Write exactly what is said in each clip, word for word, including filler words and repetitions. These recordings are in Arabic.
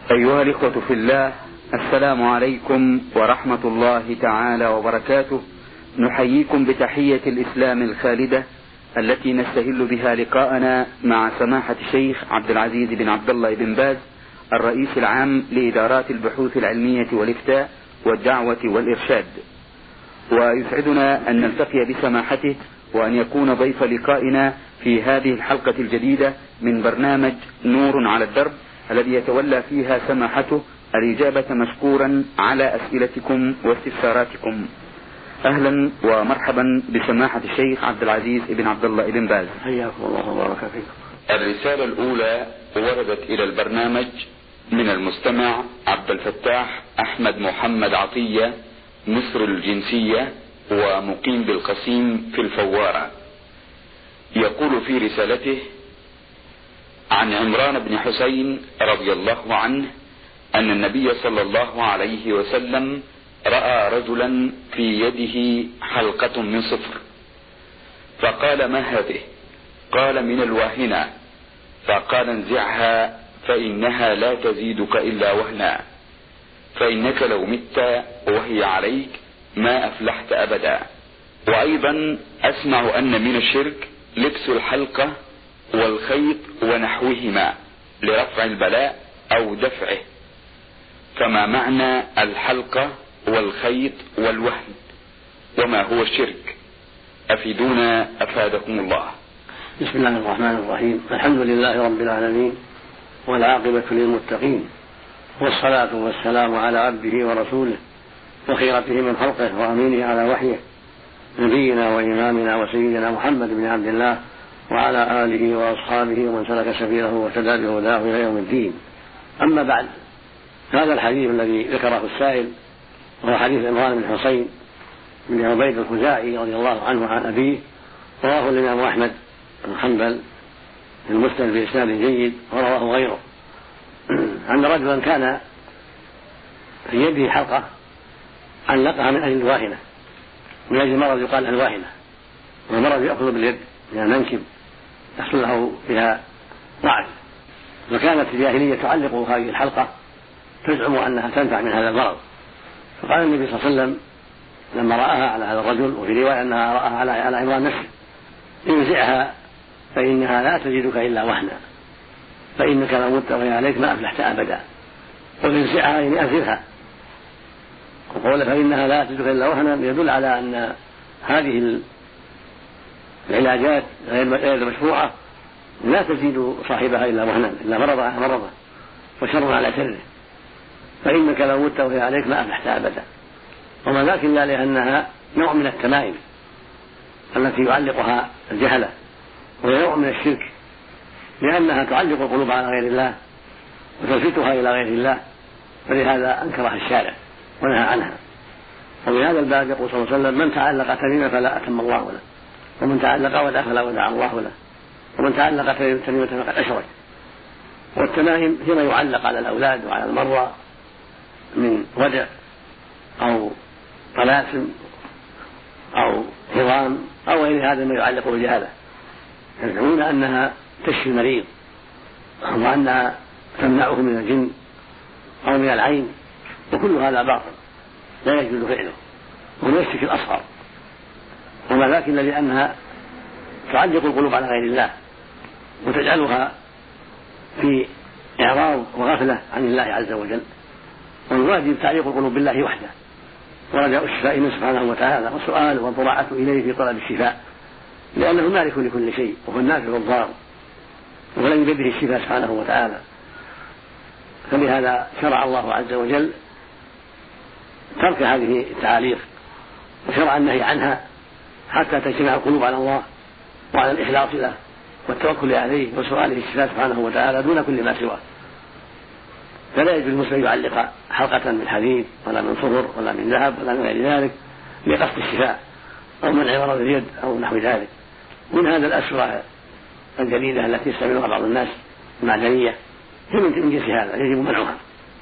أيها الإخوة في الله، السلام عليكم ورحمة الله تعالى وبركاته. نحييكم بتحية الإسلام الخالدة التي نستهل بها لقاءنا مع سماحة الشيخ عبد العزيز بن عبد الله بن باز، الرئيس العام لإدارات البحوث العلمية والإفتاء والدعوة والإرشاد. ويسعدنا أن نلتقي بسماحته وأن يكون ضيف لقائنا في هذه الحلقة الجديدة من برنامج نور على الدرب، الذي يتولى فيها سماحته الإجابة مشكورا على أسئلتكم واستفساراتكم. أهلا ومرحبا بسماحة الشيخ عبد العزيز بن عبد الله بن باز. حياكم الله وبارك فيكم. الرسالة الأولى وردت إلى البرنامج من المستمع عبد الفتاح أحمد محمد عطية، مصر الجنسية ومقيم بالقسيم في الفوارة. يقول في رسالته: عن عمران بن حسين رضي الله عنه أن النبي صلى الله عليه وسلم رأى رجلا في يده حلقة من صفر، فقال: ما هذه؟ قال: من الواهنة. فقال: انزعها فإنها لا تزيدك إلا وهنا، فإنك لو مت وهي عليك ما أفلحت أبدا. وأيضا أسمع أن من الشرك لبس الحلقة والخيط ونحوهما لرفع البلاء أو دفعه، فما معنى الحلقة والخيط والوهن، وما هو الشرك؟ أفيدونا أفادكم الله. بسم الله الرحمن الرحيم. الحمد لله رب العالمين، والعاقبة للمتقين، والصلاة والسلام على عبده ورسوله وخيرته من خلقه وأمينه على وحيه، نبينا وإمامنا وسيدنا محمد بن عبد الله وعلى آله وأصحابه ومن سلك سبيله واهتدى بهداه إلى يوم الدين. أما بعد، هذا الحديث الذي ذكره السائل وهو حديث عمران بن حسين بن عبيد الخزاعي رضي الله عنه عن أبيه، رواه الإمام أحمد بن حنبل في المسند بإسناد جيد، ورواه غيره أن رجلا كان في يده حلقة علقها من أجل الواهنة، من أجل مرض يقال الواهنة، والمرض يأخذ باليد من المنكب يحصل له بها ضعف، وكانت الجاهلية تعلق هذه الحلقة تزعم أنها تنفع من هذا المرض. فقال النبي صلى الله عليه وسلم لما رآها على هذا الرجل، وفي رواية أنها رآها على عمران نفسه: انزعها فإنها لا تزيدك إلا وهنا، فإنك لو مت وهي عليك ما أفلحت أبدا. وانزعها يعني أنزلها، وقول فإنها لا تزيدك إلا وهنا يدل على أن هذه العلاجات غير المشروعة لا تزيد صاحبها إلا وهنا، إلا مرض على مرضه وشر على شره، فإنك لو مت وهي عليك ما أفلحت أبدا. وما ذاك إلا لأنها نوع من التمائم التي يعلقها الجهلة، وهي نوع من الشرك، لأنها تعلق القلوب على غير الله وتلفتها إلى غير الله، فلهذا أنكرها الشارع ونهى عنها. وفي هذا الباب يقول صلى الله عليه وسلم: من تعلق تميمة فلا أتم الله له، ومن تعلق ودعا فلا ودع الله له، ومن تعلق تميمة فقد أشرك. والتمائم هي ما يعلق على الأولاد وعلى المرضى من ودع أو طلاسم أو هضام أو غير هذا ما يعلق بالجهالة، يزعمون أنها تشفي المريض وأنها تمنعه من الجن أو من العين، وكل هذا باطل لا يجوز فعله، وهو يشفي الأصغر. وما ذاك إلا لأنها تعلق القلوب على غير الله وتجعلها في إعراض وغفلة عن الله عز وجل. والواجب تعليق القلوب بالله وحده، ورجاء الشفاء منه سبحانه وتعالى، والسؤال والضراعة إليه في طلب الشفاء، لأنه مالك لكل شيء وهو النافع والضار، ولن بيده الشفاء سبحانه وتعالى. فلهذا شرع الله عز وجل ترك هذه التعاليق وشرع النهي عنها حتى تجتمع القلوب على الله وعلى الإخلاص له والتوكل عليه وسؤاله الشفاء سبحانه وتعالى دون كل ما سواه. فلا يجوز المسلم يعلق حلقة من حديد ولا من صفر ولا من ذهب ولا من غير ذلك لقصد الشفاء أو منع مرض اليد أو نحو ذلك. من هذا الأسرع الجديدة التي يستعملها بعض الناس المعدنية هي من جنس هذا يجب منعها.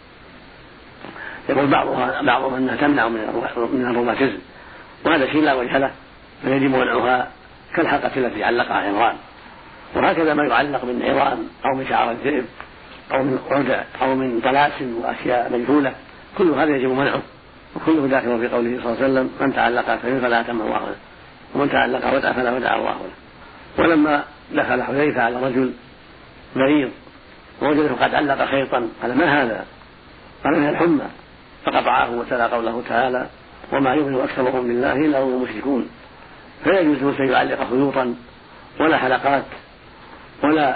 يقول بعضها بعضهم أنها تمنع من الروماتيزم، وهذا شيء لا وجه له، فيجب منعها كالحلقة التي علقها عمران. وهكذا ما يعلق من عظام أو من شعر الذئب أو من عدى أو من طلاسم وأشياء مجهولة، كل هذا يجب منعه، وكله داخل في قوله صلى الله عليه وسلم: من تعلق تميم فلا أتم الله له، ومن تعلق ودع فلا ودع الله له. ولما دخل حذيفة على رجل مريض ووجده قد علق خيطا قال: ما هذا؟ قال: من الحمى، فقطعه وتلا قوله تعالى: وما يؤمن أكثرهم بالله إلا هم مشركون. فيجوز أن يعلق خيوطا ولا حلقات ولا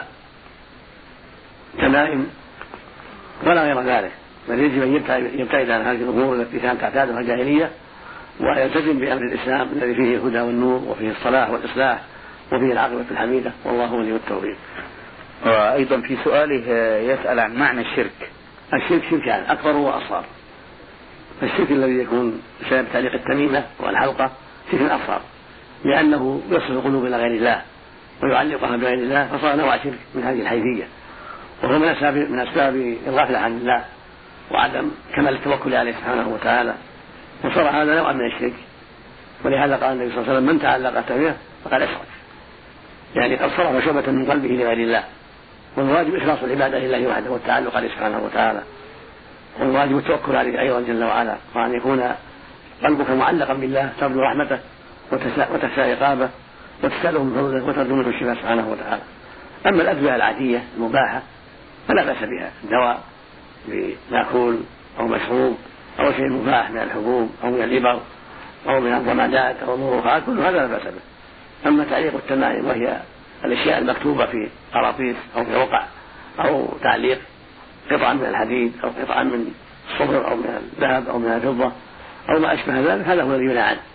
تمائم ولا غير ذلك، بل يجب أن يبتعد عن هذه الأمور التي كانت تعتادها الجاهلية، ويلتزم بأمر الإسلام الذي فيه الهدى والنور وفيه الصلاح والإصلاح وفيه العاقبة الحميدة، والله ولي التوفيق. وأيضا في سؤاله يسأل عن معنى الشرك. الشرك شركان: أكبر وأصغر. الشرك الذي يكون بسبب تعليق التميمة والحلقة شرك أصغر، لأنه يصل قلوب إلى غير الله ويعلقها بغير الله، فصار نوع شرك من هذه الحيثية، وهو من أسباب من أسباب الغفلة عن الله وعدم كمال التوكل عليه سبحانه وتعالى، وصار هذا نوع من الشرك. ولهذا قال النبي صلى الله عليه وسلم: من تعلق تميمة فقد أشرك، يعني قد صرف شعبة من قلبه لغير الله. والواجب إخلاص العبادة لله وحده والتعلق عليه سبحانه وتعالى، والواجب التوكل عليه أيضا جل وعلا، وأن يكون قلبك معلقا بالله ترجو رحمته وتخشى عقابه وتسأله من فضله وترجو منه الشفاء سبحانه وتعالى. أما الأدوية العادية المباحة فلا بأس بها، دواء بمأكول أو مشروب أو شيء مباح من الحبوب أو من الإبر أو من الضمادات أو المروحات، كل هذا لا بأس به. أما تعليق التمائم وهي الأشياء المكتوبة في قراطيس أو في رقع أو تعليق قطعا من الحديد أو قطعا من الصبر أو من الذهب أو من الفضة أو ما أشبه ذلك، هذا هو الذي ينهى عنه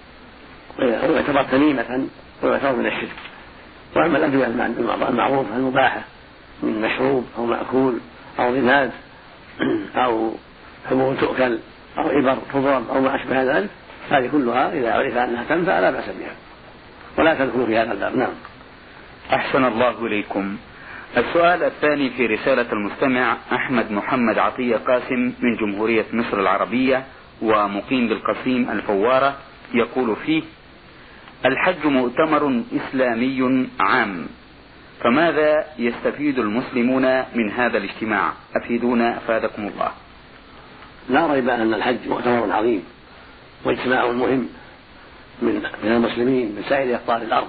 ويعتبر تميمة ويعتبر من الشرك. وأما الأدوية المعروفة المباحة من مشروب أو مأكول أو رماد أو حبوب تؤكل أو إبر تضرب أو ما أشبه ذلك، هذه كلها إذا عرف أنها تنفع لا بأس بها ولا تدخل في هذا الباب. نعم. أحسن الله إليكم. السؤال الثاني في رسالة المستمع أحمد محمد عطية قاسم من جمهورية مصر العربية ومقيم بالقصيم الفوارة، يقول فيه: الحج مؤتمر إسلامي عام، فماذا يستفيد المسلمون من هذا الاجتماع؟ أفيدونا أفادكم الله. لا ريب أن الحج مؤتمر عظيم واجتماع مهم من المسلمين من سائر أقطار الأرض،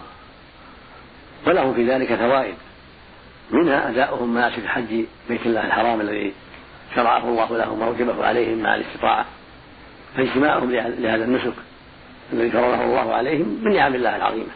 ولهم في ذلك فوائد، منها أداؤهم مناسك الحج بيت الله الحرام الذي شرعه الله لهم وأوجبه عليهم مع الاستطاعة، فاجتماعهم لهذا النسك الذي فرضه الله عليهم من نعم الله العظيمة،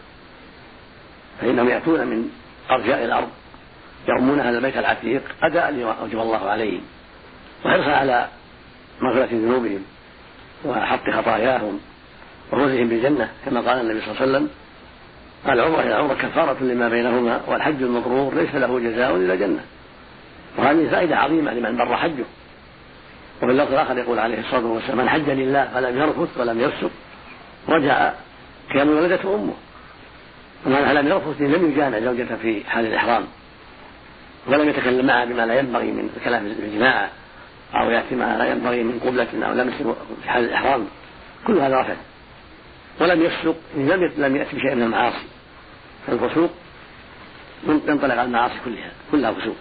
فإنهم يأتون من أرجاء الأرض يرمون هذا البيت العتيق أداء لما أوجب الله عليهم، وحرصا على مغفرة ذنوبهم وحط خطاياهم وفوزهم بالجنة، كما قال النبي صلى الله عليه وسلم: العمرة إلى العمرة كفارة لما بينهما، والحج المبرور ليس له جزاء إلا جنة. وهذه فائدة عظيمة لمن بر حجه. وفي اللفظ الآخر يقول عليه الصلاة والسلام: من حج لله فلم يرفث ولم يفسق رجع كيوم ولدته أمه. ومن لم يرفث لم يجامع زوجته في حال الإحرام ولم يتكلم معها بما لا ينبغي من الكلام في الجماعة أو يأتي ما لا ينبغي من قبلة أو لمس في حال الإحرام، كل هذا رفث. ولم يفسق لم لم يأتي بشيء من المعاصي، فالفسوق ينطلق على المعاصي كلها كلها فسوق.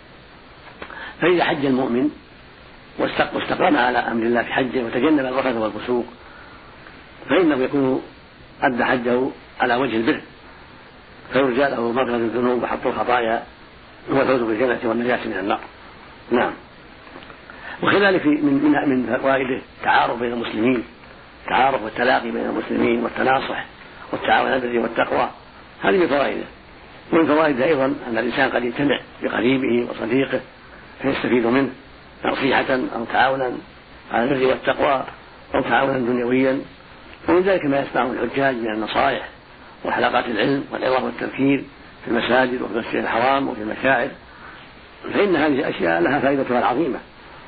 فإذا حج المؤمن واستقام على أمر الله في حجه وتجنب الرفث والفسوق فإنه يكون أدى حجه على وجه البر، فيرجى له مغفرة الذنوب وحط الخطايا والفوز بالجنة والنجاة من النار. نعم. وكذلك من من فوائده التعارف بين المسلمين، التعارف والتلاقي بين المسلمين والتناصح والتعاون على البر والتقوى، هذه من فوائده. ومن فوائده أيضا أن الإنسان قد يجتمع بقريبه وصديقه فيستفيد منه نصيحة أو تعاونا على البر والتقوى أو تعاونا دنيويا. ومن ذلك ما يسمعه الحجاج من النصائح وحلقات العلم والعظة والتذكير في المساجد وفي المسجد الحرام وفي المشاعر، فإن هذه الأشياء لها فائدتها العظيمة.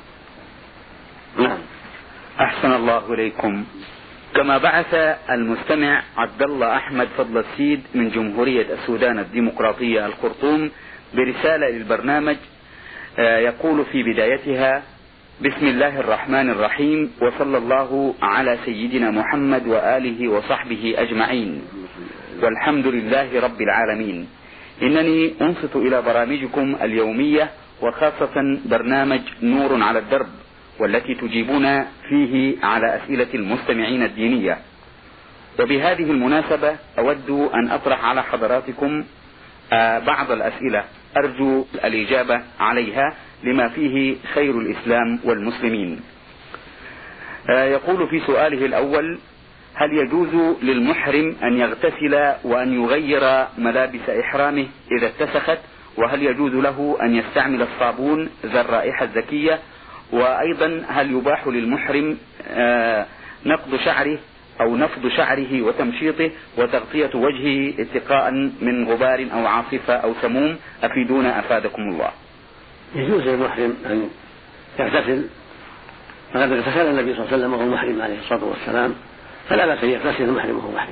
نعم. أحسن الله إليكم. كما بعث المستمع عبد الله أحمد فضل السيد من جمهورية السودان الديمقراطية الخرطوم برسالة للبرنامج يقول في بدايتها: بسم الله الرحمن الرحيم، وصلى الله على سيدنا محمد وآله وصحبه أجمعين، والحمد لله رب العالمين. إنني أنصت إلى برامجكم اليومية وخاصة برنامج نور على الدرب، والتي تجيبون فيه على أسئلة المستمعين الدينية. وبهذه المناسبة أود أن أطرح على حضراتكم بعض الأسئلة أرجو الإجابة عليها لما فيه خير الإسلام والمسلمين. يقول في سؤاله الأول: هل يجوز للمحرم أن يغتسل وأن يغير ملابس إحرامه إذا اتسخت؟ وهل يجوز له أن يستعمل الصابون ذا الرائحة الزكية؟ وأيضا هل يباح للمحرم نقض شعره أو نفض شعره وتمشيطه وتغطية وجهه اتقاء من غبار أو عاصفة أو سموم؟ أفيدونا أفادكم الله. يجوز للمحرم أن يغتسل، فقد اغتسل النبي صلى الله عليه وسلم وهو محرم عليه الصلاة والسلام، فلا بأس أن يغتسل المحرم وهو محرم،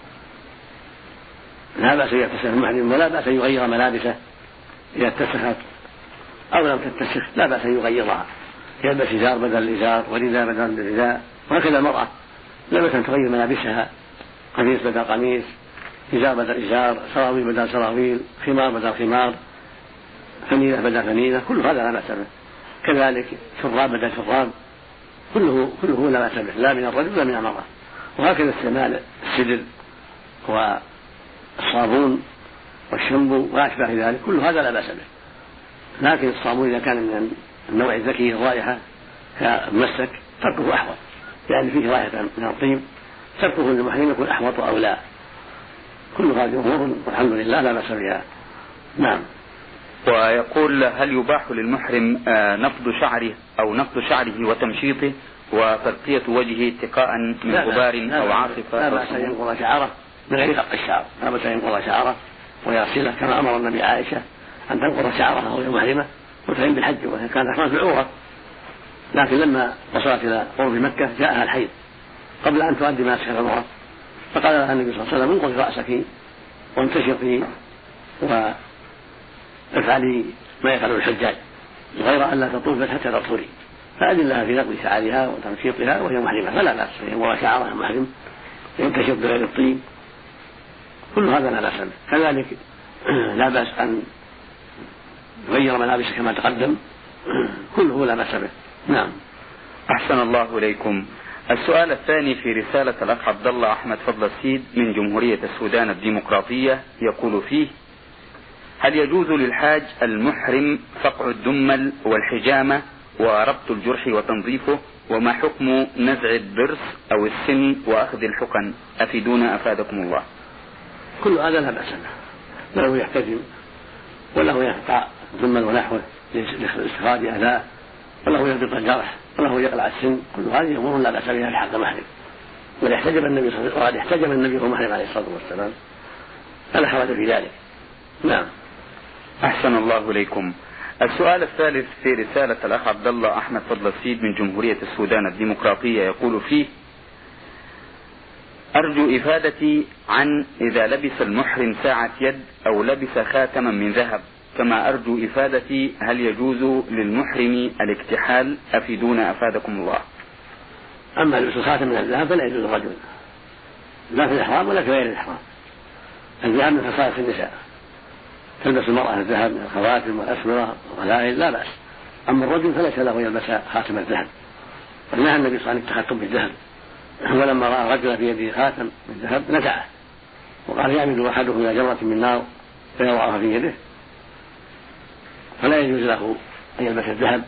لا بأس أن يغتسل المحرم، ولا بأس أن يغير ملابسه إذا اتسخت أو لم تتسخ، لا بأس أن يغيرها، يلبس إزار بدل الإزار ورداء بدل الرداء، وهكذا المرأة لا بأس أن تغير ملابسها، قميص بدل قميص، إزار بدل إزار، سراويل بدل سراويل، خمار بدل خمار، فنيلة بدل فنيلة، كل هذا لا بأس به. كذلك شراب بدل شراب، كله كله لا بأس به، لا من الرجل ولا من المرأة. وهكذا استعمال السدر والصابون والشامبو وأشبه ذلك، كل هذا لا بأس به. لكن الصابون إذا كان من النوع الذكي الرائحة كالمسك تركه أحوط، يعني فيه رائحة من الطيب، تركه للمحرم يكون أحوط أو لا. كل هذه أمور والحمد لله لا بأس بها. نعم. ويقول: هل يباح للمحرم نفض شعره أو نفض شعره وتمشيطه وتغطية وجهه اتقاء من غبار أو عاصفة؟ لا بأس أن ينقض شعره من غير قطع الشعر، لا بأس أن ينقض شعره ويغسله، كما أمر النبي عائشة أن تنقض شعرها وهي محرمة وتحرم بالحج وهي كانت تحرم بالعمرة، لكن لما وصلت إلى قرب مكة جاءها الحيض قبل أن تؤدي مناسك العمرة، فقال لها النبي صلى الله عليه وسلم: انقضي رأسك وانتشطي وافعلي ما يفعل الحجاج، غير أن لا تطوفي حتى تطهري، فأذن لها في نقض شعرها وتمشيطها وهي محرمة، فلا بأس ينقض شعرها محرم، ينتشط بغير الطيب، كل هذا لا بأس به. كذلك لا بأس أن يغير ملابس كما تقدم، كله لا بأس به. نعم. أحسن الله إليكم. السؤال الثاني في رسالة الأخ عبد الله أحمد فضل السيد من جمهورية السودان الديمقراطية، يقول فيه: هل يجوز للحاج المحرم فقع الدمل والحجامة وربط الجرح وتنظيفه؟ وما حكم نزع الضرس أو السن وأخذ الحقن؟ أفيدونا أفادكم الله. كل هذا لا بأس به، له يحتجم وله يقطع الدمل ونحوه لاستخراج أذاه، وله يربط الجرح، وله يقلع السن، كل هذه أمور لا بأس بها لحق محرم. وقد احتجم النبي صلى الله عليه وسلم احتجم النبي وهو محرم عليه الصلاة والسلام، فلا حرج في ذلك. نعم. أحسن الله إليكم. السؤال الثالث في رسالة الأخ عبد الله أحمد فضل السيد من جمهورية السودان الديمقراطية، يقول فيه: أرجو إفادتي عن إذا لبس المحرم ساعة يد أو لبس خاتما من ذهب، كما أرجو إفادتي هل يجوز للمحرم الاكتحال؟ أفيدونا أفادكم الله. أما لبس الخاتم من الذهب فلا يجوز للرجل، لا في الإحرام ولا في غير الإحرام. الذهب من خصائص النساء، تلبس المرأة الذهب من الخواتم والأسورة والغلائل لا بأس. أما الرجل فليس له يلبس خاتم الذهب، ونهى النبي صلى الله عليه وسلم التختم بالذهب، ولما رأى رجل في يده خاتم من ذهب نزعه وقال: يعمد أحدكم إلى جمرة من نار فيضعها في يده، فلا يجوز له أن يلبس الذهب.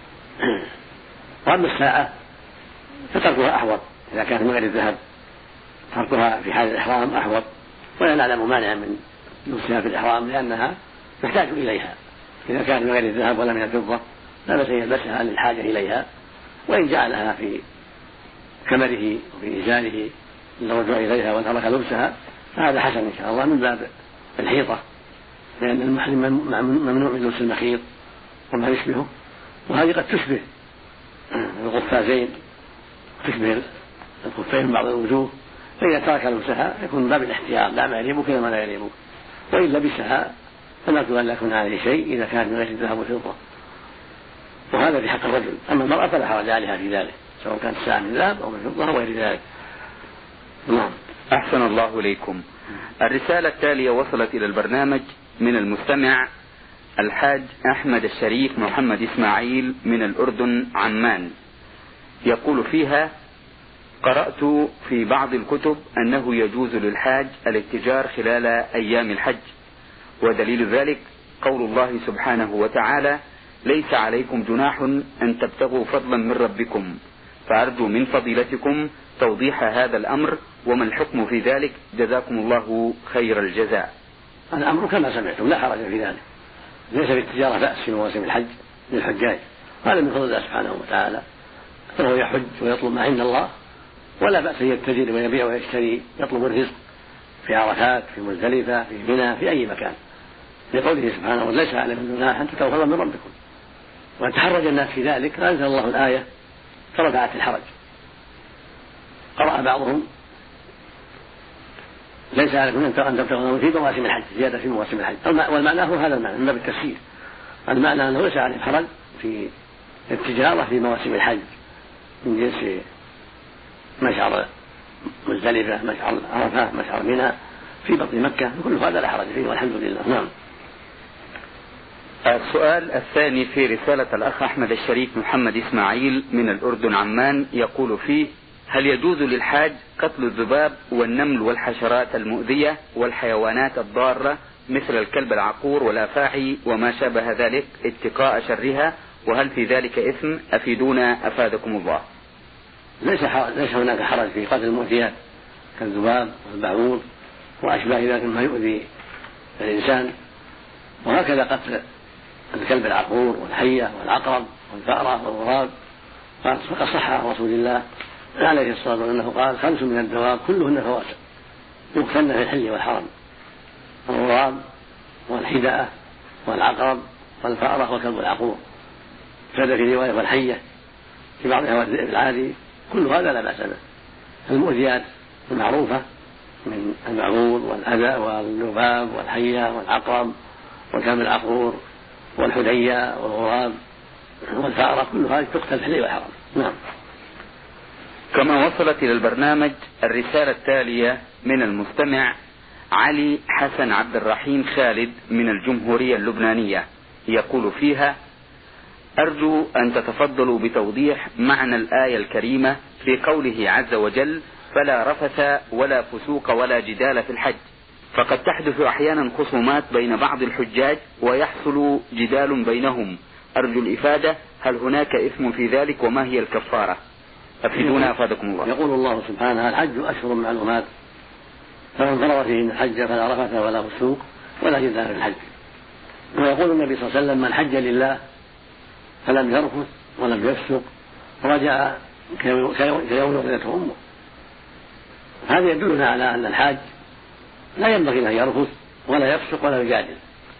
وأما الساعة فتركها أحوط، إذا كانت من غير الذهب تركها في حال الإحرام أحوط، ولا نعلم مانعا من لبسها في الإحرام لأنها تحتاج إليها. إذا كانت من غير الذهب ولا من الفضة لا بأس يلبسها للحاجة إليها، وإن جعلها في كمره وفي إزاره للرجوع إليها وترك لبسها فهذا حسن إن شاء الله، من باب الحيطة، لأن المحرم ممنوع من لبس المخيط وما يشبهه، وهذه قد تشبه القفازين، تشبه الخفين من بعض الوجوه، فإذا ترك لبسها يكون باب الاحتياط، لا ما يريبك ولا ما لا يريبك، وإن لبسها فنرجو أن لا يكون عليه شيء إذا كانت من غير الذهب والفضة، وهذا في حق الرجل. أما المرأة فلا حرج عليها في ذلك، سواء كانت الساعة من ذهب أو من فضة أو غير ذلك. نعم. أحسن الله إليكم. الرسالة التالية وصلت إلى البرنامج من المستمع الحاج أحمد الشريف محمد إسماعيل من الأردن عمان، يقول فيها: قرأت في بعض الكتب أنه يجوز للحاج الاتجار خلال أيام الحج، ودليل ذلك قول الله سبحانه وتعالى: ليس عليكم جناح أن تبتغوا فضلا من ربكم، فأرجو من فضيلتكم توضيح هذا الأمر وما الحكم في ذلك، جزاكم الله خير الجزاء. الأمر كما سمعتم لا حرج في ذلك، ليس في التجارة بأس في مواسم الحج للحجاج، هذا من فضل الله سبحانه وتعالى، فهو يحج ويطلب ما عند الله، ولا بأس يتجر ويبيع ويشتري يطلب الرزق في عرفات، في مزدلفة، في منى، في أي مكان، لقوله سبحانه: ليس عليكم جناح أن تبتغوا فضلا من ربكم. وأن تحرج الناس في ذلك فأنزل الله الآية فرفعت الحرج. قرأ بعضهم: ليس عليكم أن تبتغوا في مواسم الحج، زيادة في مواسم الحج، والمعنى هو هذا المعنى من باب التفسير. المعنى أنه ليس عليهم حرج في التجارة في مواسم الحج من جنس مشعر مزدلفة، مشعر عرفة، مشعر منى، في بطن مكة، كل هذا لا حرج فيه والحمد لله. نعم. السؤال الثاني في رسالة الأخ أحمد الشريف محمد إسماعيل من الأردن عمان، يقول فيه: هل يجوز للحاج قتل الذباب والنمل والحشرات المؤذية والحيوانات الضارة مثل الكلب العقور والأفاعي وما شابه ذلك اتقاء شرها، وهل في ذلك إثم؟ أفيدونا أفادكم الله. ليس ليس هناك حرج في قتل المؤذيات كالذباب والبعوض وأشباه ذلك مما يؤذي الإنسان، وهكذا قتل الكلب العقور والحية والعقرب والفأرة والغراب، فقد صح عن رسول الله عليه الصلاة والسلام أنه قال: خمس من الدواب كلهن فواسق يقتلن في الحل والحرم: الغراب والحداءة والعقرب والفأرة والكلب العقور. زاد في رواية والحية في بعضها والذئب العادي، كل هذا لا بأس به. المؤذيات المعروفة من المعروض والأذى والذباب والحية والعقرب والكلب العقور والحدية والغراب والفأرة، كل هذه تقتل في الحل والحرم. نعم. كما وصلت إلى البرنامج الرسالة التالية من المستمع علي حسن عبد الرحيم خالد من الجمهورية اللبنانية، يقول فيها: أرجو أن تتفضلوا بتوضيح معنى الآية الكريمة في قوله عز وجل: فلا رفث ولا فسوق ولا جدال في الحج، فقد تحدث أحيانا خصومات بين بعض الحجاج ويحصل جدال بينهم، أرجو الإفادة، هل هناك إثم في ذلك وما هي الكفارة؟ أفيدونا أفادكم الله. يقول الله سبحانه: الحج أشهر معلومات، فمن فرض فيهن الحج فلا رفث ولا فسوق ولا جدال في الحج. ويقول النبي صلى الله عليه وسلم: من حج لله فلم يرفث ولم يفسق رجع كيوم ولدته أمه. هذا يدلنا على أن الحاج لا ينبغي له يرفث ولا يفسق ولا يجادل،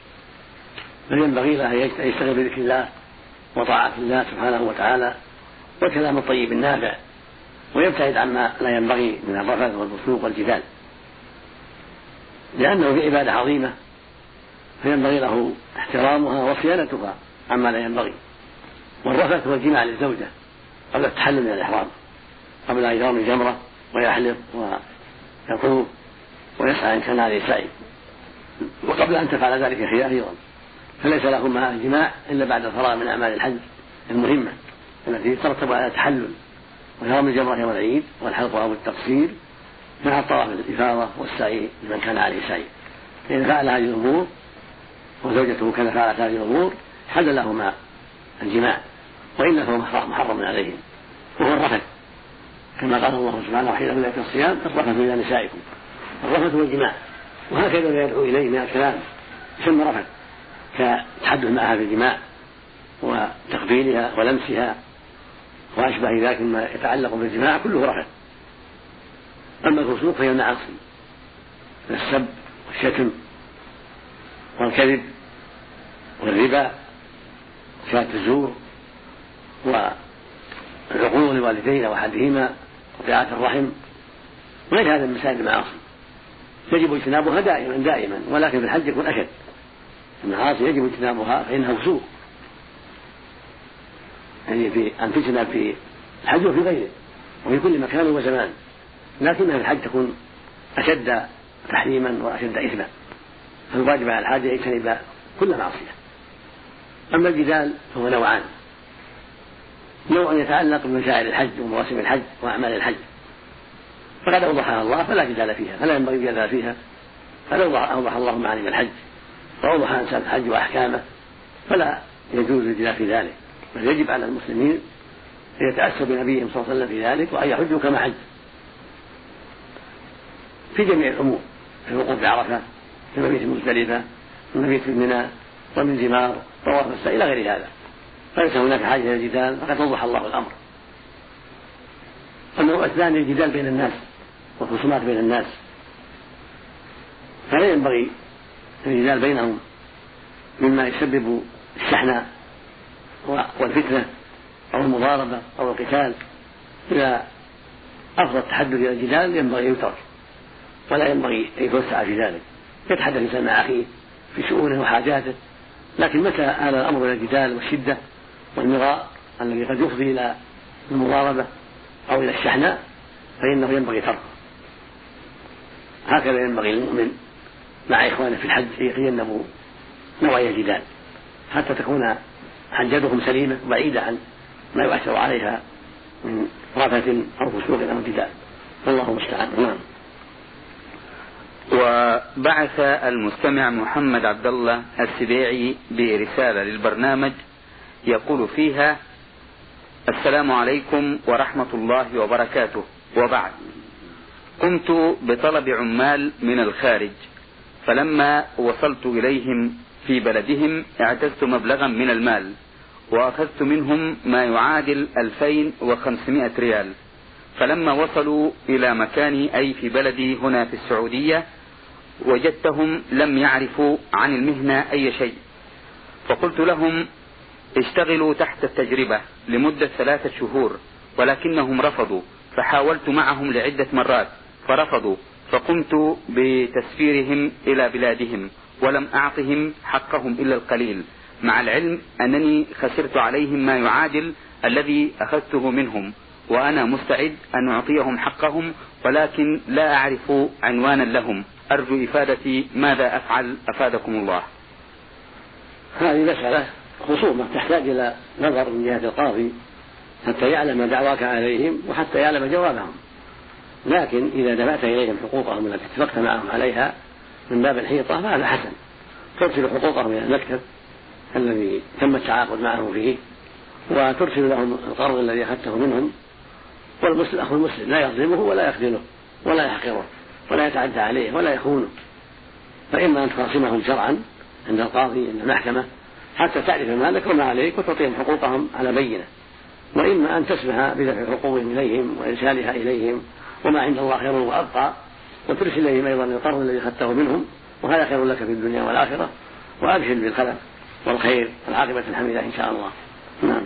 بل ينبغي له أن يشتغل بذكر الله وطاعة الله سبحانه وتعالى والكلام الطيب النافع، ويبتعد عما لا ينبغي من الرفث والفسوق والجدال، لأنه في عبادة عظيمة فينبغي له احترامها وصيانتها عما لا ينبغي. والرفث هو الجماع للزوجة قبل التحلل من الإحرام، قبل أن يرمي الجمرة ويحلق ويطوف ويسعى إن كان عليه سعي، وقبل أن تفعل ذلك هي أيضا، فليس لهما الجماع إلا بعد الفراغ من أعمال الحج المهمة التي ترتب على التحلل ويرمي الجمرة يوم العيد والحلق أو التقصير مع الطواف الإفاضة والسعي لمن كان عليه سعي. فإن فعل هذه الأمور وزوجته كان فعلت هذه الأمور حل لهما الجماع، وإلا فهو محرم عليهم، وهو الرفث كما قال الله سبحانه: وحين بدأت الصيام الرفث إلى نسائكم. الرفث هو الجماع، وهكذا يدعو إليه من الكلام يسمى رفث، كالتحدث معها في الجماع وتقبيلها ولمسها وأشبه ذلك مما يتعلق بالجماع كله رفث. أما الفسوق فهي المعاصي من السب والشتم والكذب والربا وشهادة الزور والعقوق للوالدين أو أحدهما وقطيعة الرحم وغير هذا من مسائل المعاصي يجب اجتنابها دائما دائما، ولكن في الحج يكون أشد. المعاصي يجب اجتنابها فإنها فسوق، يعني في أن تجتنب في الحج وفي غيره وفي كل مكان وزمان، لكنها في الحج تكون أشد تحريما وأشد إثما، فالواجب على الحاج أن يجتنب كل معصية أما الجدال فهو نوعان: نوع يتعلق بمشاعر الحج ومواسم الحج وأعمال الحج، فقد أوضحها الله فلا جدال فيها، فلا ينبغي الجدال فيها. قد أوضح الله معالم الحج وأوضح أنساب الحج وأحكامه، فلا يجوز الجدال في ذلك، بل يجب على المسلمين أن يتأسوا بنبيهم صلى الله عليه وسلم في ذلك وأن يحجوا كما حج في جميع الأمور، في وقوف عرفة، في مبيت مزدلفة، في مبيت منى، ومن ثمار، طواف السعي إلى غير هذا، فليس هناك حاجة إلى الجدال، فقد وضح الله الأمر. النوع الثاني الجدال بين الناس والخصومات بين الناس، فلا ينبغي الجدال بينهم مما يسبب الشحناء والفتنة أو المضاربة أو القتال. إذا أفضل التحدث إلى الجدال ينبغي أن يترك، ولا ينبغي أن يتوسع في ذلك. يتحدث الإنسان مع أخيه في شؤونه وحاجاته، لكن متى آل الأمر إلى الجدال والشدة والمراء الذي قد يفضي إلى المضاربة أو إلى الشحناء فإنه ينبغي تركه. هكذا ينبغي للمؤمن مع إخوانه في الحج يتجنبوا نوعي الجدال حتى تكون حجتهم سليمة بعيدة عن ما يؤثر عليها من رفث أو فسوق أو جدال، والله المستعان. نعم. وبعث المستمع محمد عبد الله السبيعي برسالة للبرنامج يقول فيها: السلام عليكم ورحمة الله وبركاته، وبعد. قمت بطلب عمال من الخارج، فلما وصلت إليهم في بلدهم اعتزت مبلغا من المال وأخذت منهم ما يعادل ألفين وخمسمائة ريال، فلما وصلوا إلى مكاني أي في بلدي هنا في السعودية وجدتهم لم يعرفوا عن المهنة أي شيء، فقلت لهم اشتغلوا تحت التجربة لمدة ثلاثة شهور، ولكنهم رفضوا، فحاولت معهم لعدة مرات فرفضوا، فقمت بتسفيرهم إلى بلادهم ولم أعطهم حقهم إلا القليل، مع العلم أنني خسرت عليهم ما يعادل الذي أخذته منهم، وأنا مستعد أن أعطيهم حقهم، ولكن لا أعرف عنوانا لهم. أرجو إفادتي ماذا أفعل أفادكم الله. هذه مسألة خصومة تحتاج إلى نظر من جهة القاضي حتى يعلم دعواك عليهم وحتى يعلم جوابهم، لكن إذا دفعت إليهم حقوقهم التي اتفقت معهم عليها من باب الحيطة فهذا حسن. ترسل حقوقهم إلى المكتب الذي تم التعاقد معهم فيه، وترسل لهم القرض الذي أخذته منهم. والمسلم أخو المسلم لا يظلمه ولا يخذله ولا يحقره ولا يتعدى عليه ولا يخونه، فإما أن تخاصمهم شرعا عند القاضي عند المحكمة حتى تعرف ما لك وما عليك وتعطيهم حقوقهم على بينة، وإما أن تسمح بدفع حقوقهم إليهم وإرسالها إليهم، وما عند الله خير وأبقى، وترسل إليهم أيضا القرض الذي أخذته منهم، وهذا خير لك في الدنيا والآخرة، وأبشر بالخلف والخير والعاقبة الحميدة إن شاء الله. نعم.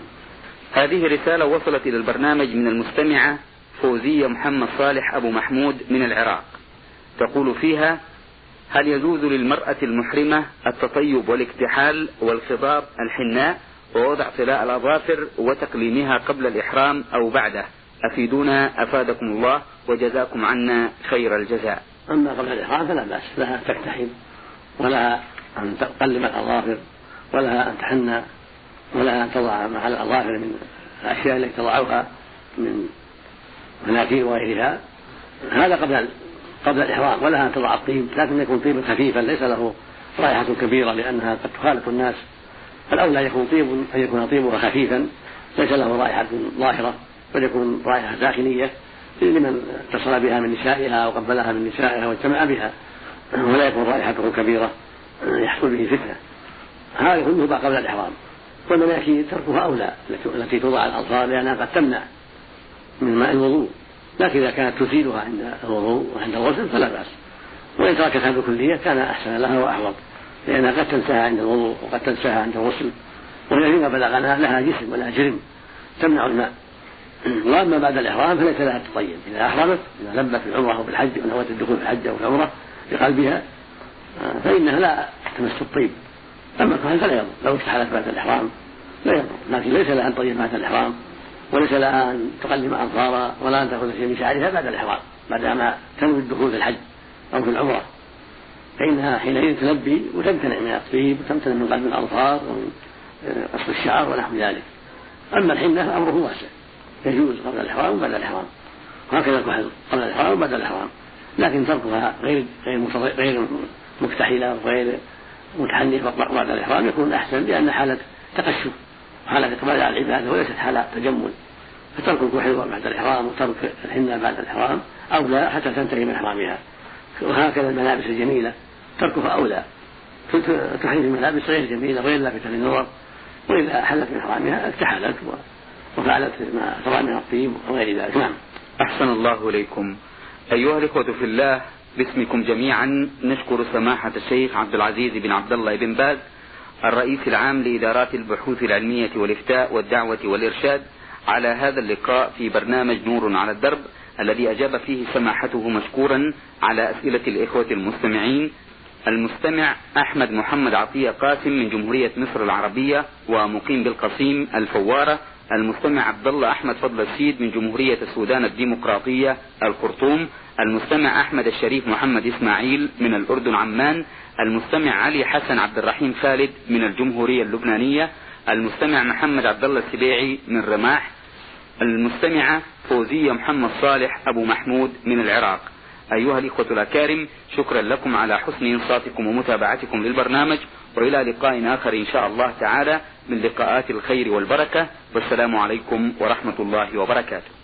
هذه رسالة وصلت إلى البرنامج من المستمعة فوزية محمد صالح أبو محمود من العراق، تقول فيها: هل يجوز للمرأة المحرمة التطيب والاكتحال والخضاب الحناء ووضع طلاء الأظافر وتقليمها قبل الإحرام أو بعده؟ أفيدونا أفادكم الله وجزاكم عنا خير الجزاء. أما قبل الإحرام فلا بأس لها تكتحل ولها أن تقلم الأظافر ولها أن تحنى ولها أن تضع مع الأظافر من الأشياء التي تضعها من مناكير وغيرها، هذا قبل قبل الإحرام، ولها أن تضع الطيب، لكن يكون طيبا خفيفا ليس له رائحة كبيرة لأنها قد تخالف الناس، فالأولى يكون طيب أن يكون طيبها خفيفا ليس له رائحة ظاهرة، بل يكون رائحة داخلية لمن اتصل بها من نسائها وقبلها من نسائها واجتمع بها، ولا يكون رائحته كبيرة يحصل به فتنة. هذا كله قبل الإحرام. والمناكير تركها أولى التي توضع الأظفار لأنها قد تمنع من ماء الوضوء، لكن إذا كانت تزيلها عند الوضوء وعند الغسل فلا بأس، وإن تركتها بكلية كان أحسن لها وأحوط، لأنها قد تنساها عند الوضوء وقد تنساها عند الغسل، وهي فيما بلغنا لها جسم ولا جرم تمنع الماء. وأما بعد الإحرام فليس لها تطيب، إذا أحرمت إذا لبت في العمرة أو في الحج ونوت الدخول في الحج أو في العمرة بقلبها فإنها لا تمس الطيب. أما الكحل فلا يضر، لو استحلت بعد الإحرام لا يضر، لكن ليس لها أن تطيب بعد الإحرام، وليس لها أن تقلم أظفارها ولا أن تأخذ شيء من شعرها بعد الإحرام بعدما تنوي الدخول في الحج أو في العمرة، فإنها حينئذ تلبي وتمتنع من الطيب وتمتنع من قلم الأظفار ومن قص الشعر ونحو ذلك. أما الحنة أمره واسع، يجوز قبل الإحرام وبعد الإحرام، وهكذا الكحل قبل الإحرام وبعد الإحرام، لكن تركها غير غير مكتحلة وغير متحنثة بعد الإحرام يكون أحسن، لأن حالة تقشف وحالة إقبال على العبادة وليست حالة تجمل. فترك الكحل بعد الإحرام وترك الحنة بعد الإحرام أولى حتى تنتهي من إحرامها. وهكذا الملابس الجميلة تركها أولى، تحريم الملابس غير جميلة غير لافتة للنظر، وإذا حلت من إحرامها اكتحلت وفعلت ما ترى من الطيب وغير ذلك. نعم. أحسن الله إليكم. أيها الإخوة في الله، باسمكم جميعا نشكر سماحة الشيخ عبد العزيز بن عبد الله بن باز الرئيس العام لإدارات البحوث العلمية والإفتاء والدعوة والإرشاد على هذا اللقاء في برنامج نور على الدرب، الذي أجاب فيه سماحته مشكورا على أسئلة الإخوة المستمعين. المستمع أحمد محمد عطية قاسم من جمهورية مصر العربية ومقيم بالقصيم الفوارة. المستمع عبد الله أحمد فضل السيد من جمهورية السودان الديمقراطية الخرطوم. المستمع أحمد الشريف محمد إسماعيل من الأردن عمان. المستمع علي حسن عبد الرحيم خالد من الجمهورية اللبنانية. المستمع محمد عبد الله السبيعي من رماح. المستمعة فوزية محمد صالح أبو محمود من العراق. أيها الإخوة الأكارم، شكرا لكم على حسن إنصاتكم ومتابعتكم للبرنامج، وإلى لقاء آخر إن شاء الله تعالى من لقاءات الخير والبركة، والسلام عليكم ورحمة الله وبركاته.